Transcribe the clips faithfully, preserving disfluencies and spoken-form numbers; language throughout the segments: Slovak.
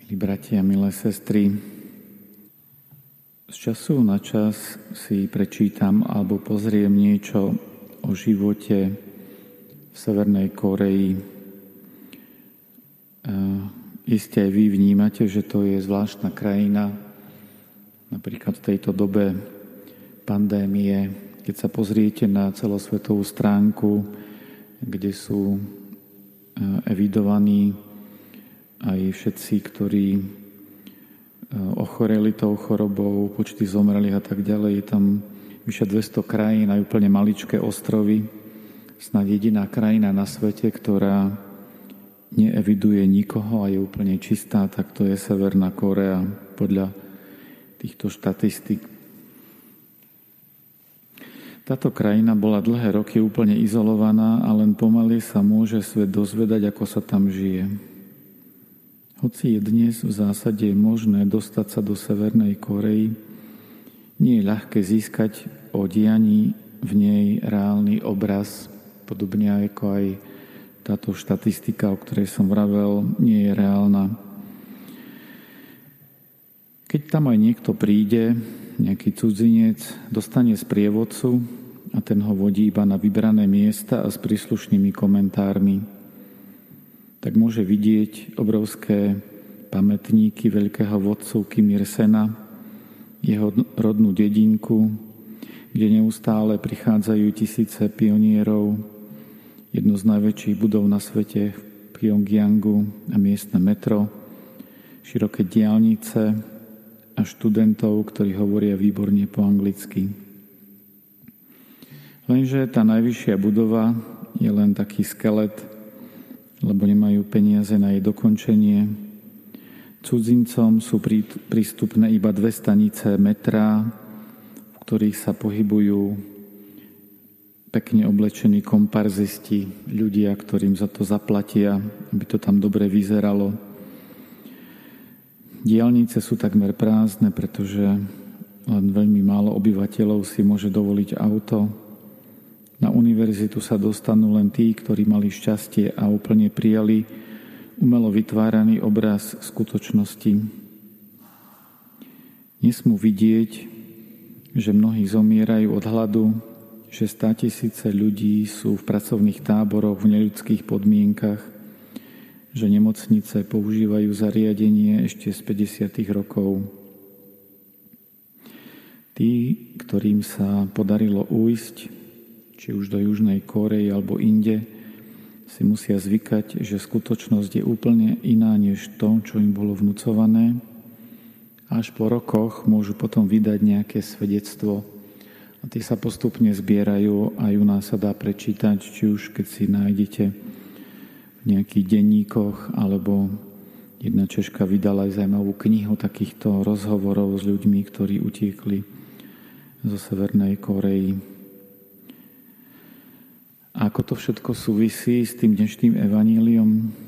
Milí bratia, milé sestry, z času na čas si prečítam alebo pozriem niečo o živote v Severnej Kórei. Iste aj vy vnímate, že to je zvláštna krajina, napríklad v tejto dobe pandémie, keď sa pozriete na celosvetovú stránku, kde sú evidovaní aj všetci, ktorí ochoreli tou chorobou, počty zomrelých a tak ďalej. Je tam vyše dvesto krajín, aj úplne maličké ostrovy. Snad jediná krajina na svete, ktorá neeviduje nikoho a je úplne čistá, tak to je Severná Kórea podľa týchto štatistík. Táto krajina bola dlhé roky úplne izolovaná a len pomaly sa môže svet dozvedať, ako sa tam žije. Hoci je dnes v zásade možné dostať sa do Severnej Kórey, nie je ľahké získať o dianí v nej reálny obraz, podobne ako aj táto štatistika, o ktorej som vravel, nie je reálna. Keď tam aj niekto príde, nejaký cudzinec, dostane sprievodcu a ten ho vodí iba na vybrané miesta a s príslušnými komentármi, tak môže vidieť obrovské pamätníky veľkého vodcu Kim Il-sena, jeho rodnú dedinku, kde neustále prichádzajú tisíce pionierov, jednu z najväčších budov na svete v Pyongyangu a miestne metro, široké diaľnice a študentov, ktorí hovoria výborne po anglicky. Lenže tá najvyššia budova je len taký skelet, lebo nemajú peniaze na jej dokončenie. Cudzincom sú prístupné iba dve stanice metra, v ktorých sa pohybujú pekne oblečení komparzisti, ľudia, ktorým za to zaplatia, aby to tam dobre vyzeralo. Diaľnice sú takmer prázdne, pretože len veľmi málo obyvateľov si môže dovoliť auto. Na univerzitu sa dostanú len tí, ktorí mali šťastie a úplne prijali umelo vytváraný obraz skutočnosti. Nesmú vidieť, že mnohí zomierajú od hladu, že státisíce ľudí sú v pracovných táboroch v neľudských podmienkach, že nemocnice používajú zariadenie ešte z päťdesiatych rokov. Tí, ktorým sa podarilo ujsť, či už do Južnej Kórey alebo inde, si musia zvykať, že skutočnosť je úplne iná než to, čo im bolo vnúcované. Až po rokoch môžu potom vydať nejaké svedectvo a tie sa postupne zbierajú a u nás sa dá prečítať, či už keď si nájdete v nejakých denníkoch, alebo jedna Češka vydala aj zaujímavú knihu takýchto rozhovorov s ľuďmi, ktorí utiekli zo Severnej Kórey. A ako to všetko súvisí s tým dnešným evaníliom?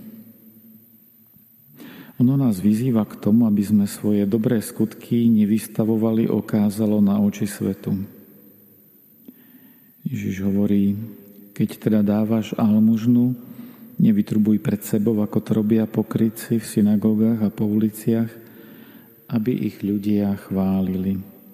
Ono nás vyzýva k tomu, aby sme svoje dobré skutky nevystavovali okázalo na oči svetu. Ježiš hovorí, keď teda dávaš almužnu, nevytrubuj pred sebou, ako to robia pokrytci v synagógach a po uliciach, aby ich ľudia chválili.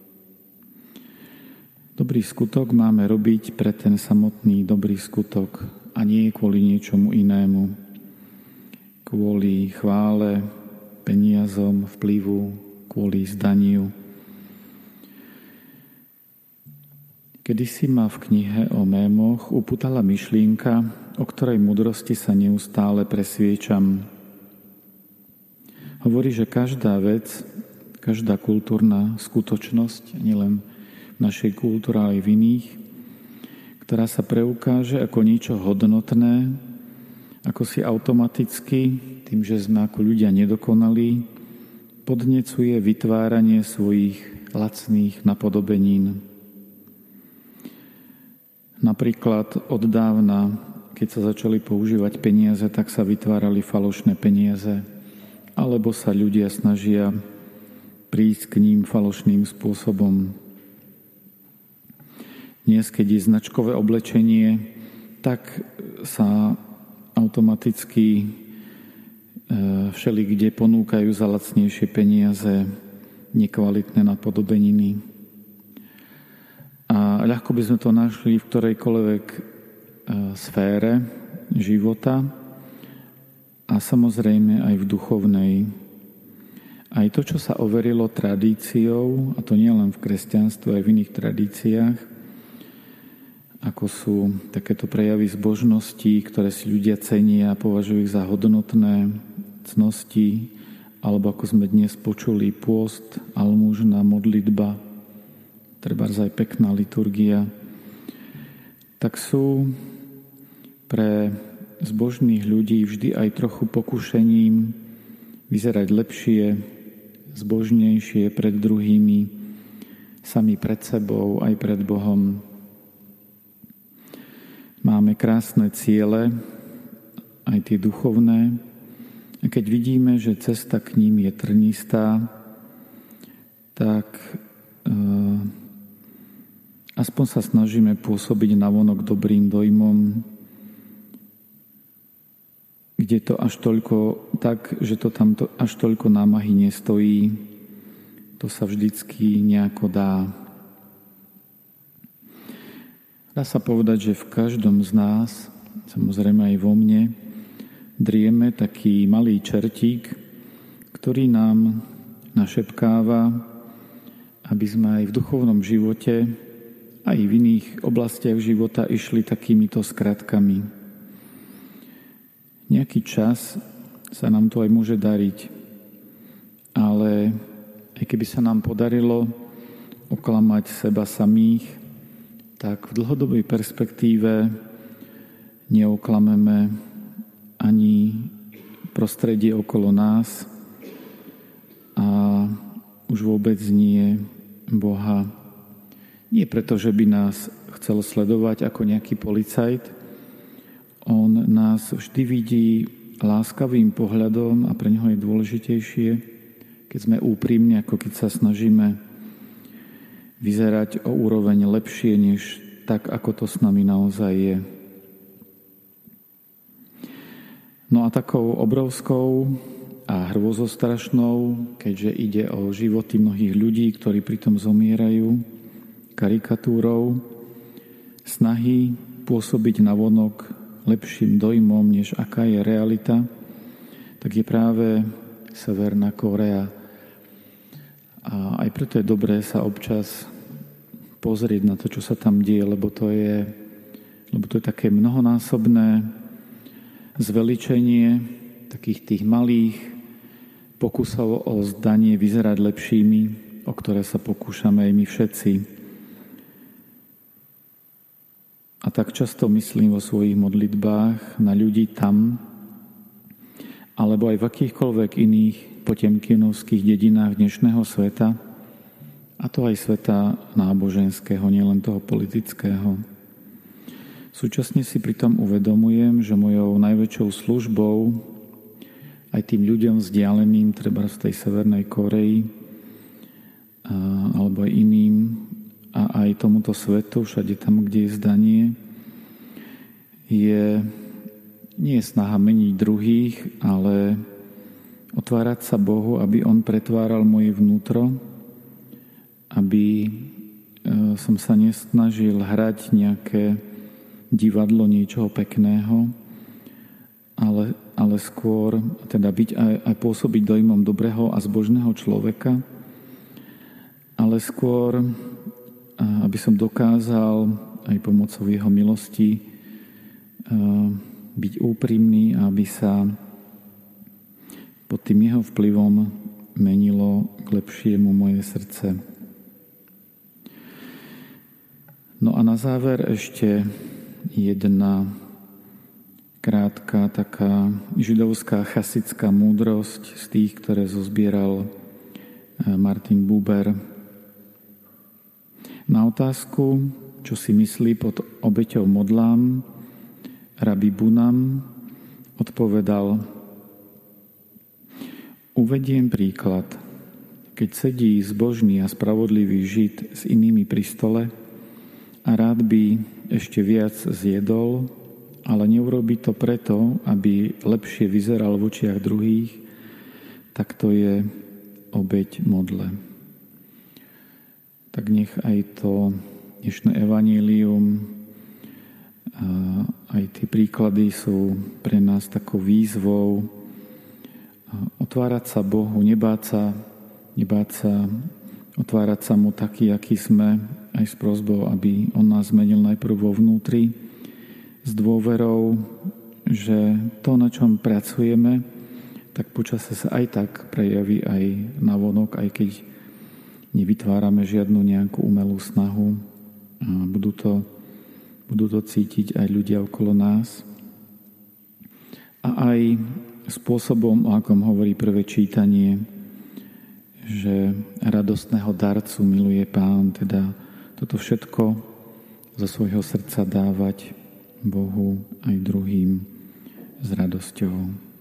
Dobrý skutok máme robiť pre ten samotný dobrý skutok a nie kvôli niečomu inému. Kvôli chvále, peniazom, vplyvu, kvôli zdaniu. Kedysi ma v knihe o mémoch upútala myšlienka, o ktorej múdrosti sa neustále presviečam. Hovorí, že každá vec, každá kultúrna skutočnosť, nielen v našej kultúre, ale aj v iných, ktorá sa preukáže ako niečo hodnotné, ako si automaticky, tým, že sme ako ľudia nedokonalí, podnecuje vytváranie svojich lacných napodobenín. Napríklad od dávna, keď sa začali používať peniaze, tak sa vytvárali falošné peniaze, alebo sa ľudia snažia prísť k ním falošným spôsobom. Dnes, keď je značkové oblečenie, tak sa automaticky všeli kde ponúkajú za lacnejšie peniaze nekvalitné napodobeniny. A ľahko by sme to našli v ktorejkoľvek sfére života a samozrejme aj v duchovnej. Aj to, čo sa overilo tradíciou, a to nie len v kresťanstve, aj v iných tradíciách, ako sú takéto prejavy zbožnosti, ktoré si ľudia cenia a považujú ich za hodnotné cnosti, alebo ako sme dnes počuli, pôst, almužna, modlitba, trebárs aj pekná liturgia, tak sú pre zbožných ľudí vždy aj trochu pokušením vyzerať lepšie, zbožnejšie pred druhými, sami pred sebou, aj pred Bohom. Máme krásne ciele, aj tie duchovné, a keď vidíme, že cesta k ním je trnistá, tak e, aspoň sa snažíme pôsobiť navonok dobrým dojmom, kde to až toľko, tak, že to tam to až toľko námahy nestojí, to sa vždycky nejako dá. Dá sa povedať, že v každom z nás, samozrejme aj vo mne, drieme taký malý čertík, ktorý nám našepkáva, aby sme aj v duchovnom živote, aj v iných oblastiach života išli takýmito skratkami. Nejaký čas sa nám to aj môže dariť, ale aj keby sa nám podarilo oklamať seba samých, tak v dlhodobej perspektíve neoklameme ani prostredie okolo nás a už vôbec nie Boha. Nie preto, že by nás chcel sledovať ako nejaký policajt. On nás vždy vidí láskavým pohľadom a pre neho je dôležitejšie, keď sme úprimní, ako keď sa snažíme vyzerať o úroveň lepšie, než tak, ako to s nami naozaj je. No a takou obrovskou a hrôzostrašnou, keďže ide o životy mnohých ľudí, ktorí pritom zomierajú, karikatúrou snahy pôsobiť navonok lepším dojmom, než aká je realita, tak je práve Severná Kórea. A aj preto je dobré sa občas pozrieť na to, čo sa tam deje, lebo to je, lebo to je také mnohonásobné zveličenie takých tých malých pokusov o zdanie vyzerať lepšími, o ktoré sa pokúšame aj my všetci. A tak často myslím vo svojich modlitbách na ľudí tam, alebo aj v akýchkoľvek iných potemkinovských dedinách dnešného sveta, a to aj sveta náboženského, nielen toho politického. Súčasne si pritom uvedomujem, že mojou najväčšou službou aj tým ľuďom vzdialeným, treba v tej Severnej Kórei, alebo aj iným, a aj tomuto svetu, všade tam, kde je zdanie, je nie snaha meniť druhých, ale otvárať sa Bohu, aby On pretváral moje vnútro, aby som sa nesnažil hrať nejaké divadlo niečoho pekného, ale, ale skôr teda byť aj, aj pôsobiť dojmom dobrého a zbožného človeka, ale skôr aby som dokázal aj pomocou jeho milosti byť úprimný a aby sa pod tým jeho vplyvom menilo k lepšiemu moje srdce. No a na záver ešte jedna krátka taká židovská chasická múdrosť z tých, ktoré zozbieral Martin Buber. Na otázku, čo si myslí pod obeťou modlám, Rabbi Bunam odpovedal: Uvediem príklad. Keď sedí zbožný a spravodlivý Žid s inými pri stole a rád by ešte viac zjedol, ale neurobi to preto, aby lepšie vyzeral v očiach druhých, tak to je obeť modle. Tak nech aj to dnešné evanílium, aj tie príklady sú pre nás takou výzvou otvárať sa Bohu, nebáť sa, nebáť sa, otvárať sa mu taký, aký sme, aj s prosbou, aby on nás zmenil najprv vo vnútri, s dôverou, že to, na čom pracujeme, tak počasie sa aj tak prejaví aj navonok, aj keď nevytvárame žiadnu nejakú umelú snahu. A budú to, budú to cítiť aj ľudia okolo nás. A aj spôsobom, o akom hovorí prvé čítanie, že radostného darcu miluje Pán, teda toto všetko zo svojho srdca dávať Bohu aj druhým s radosťou.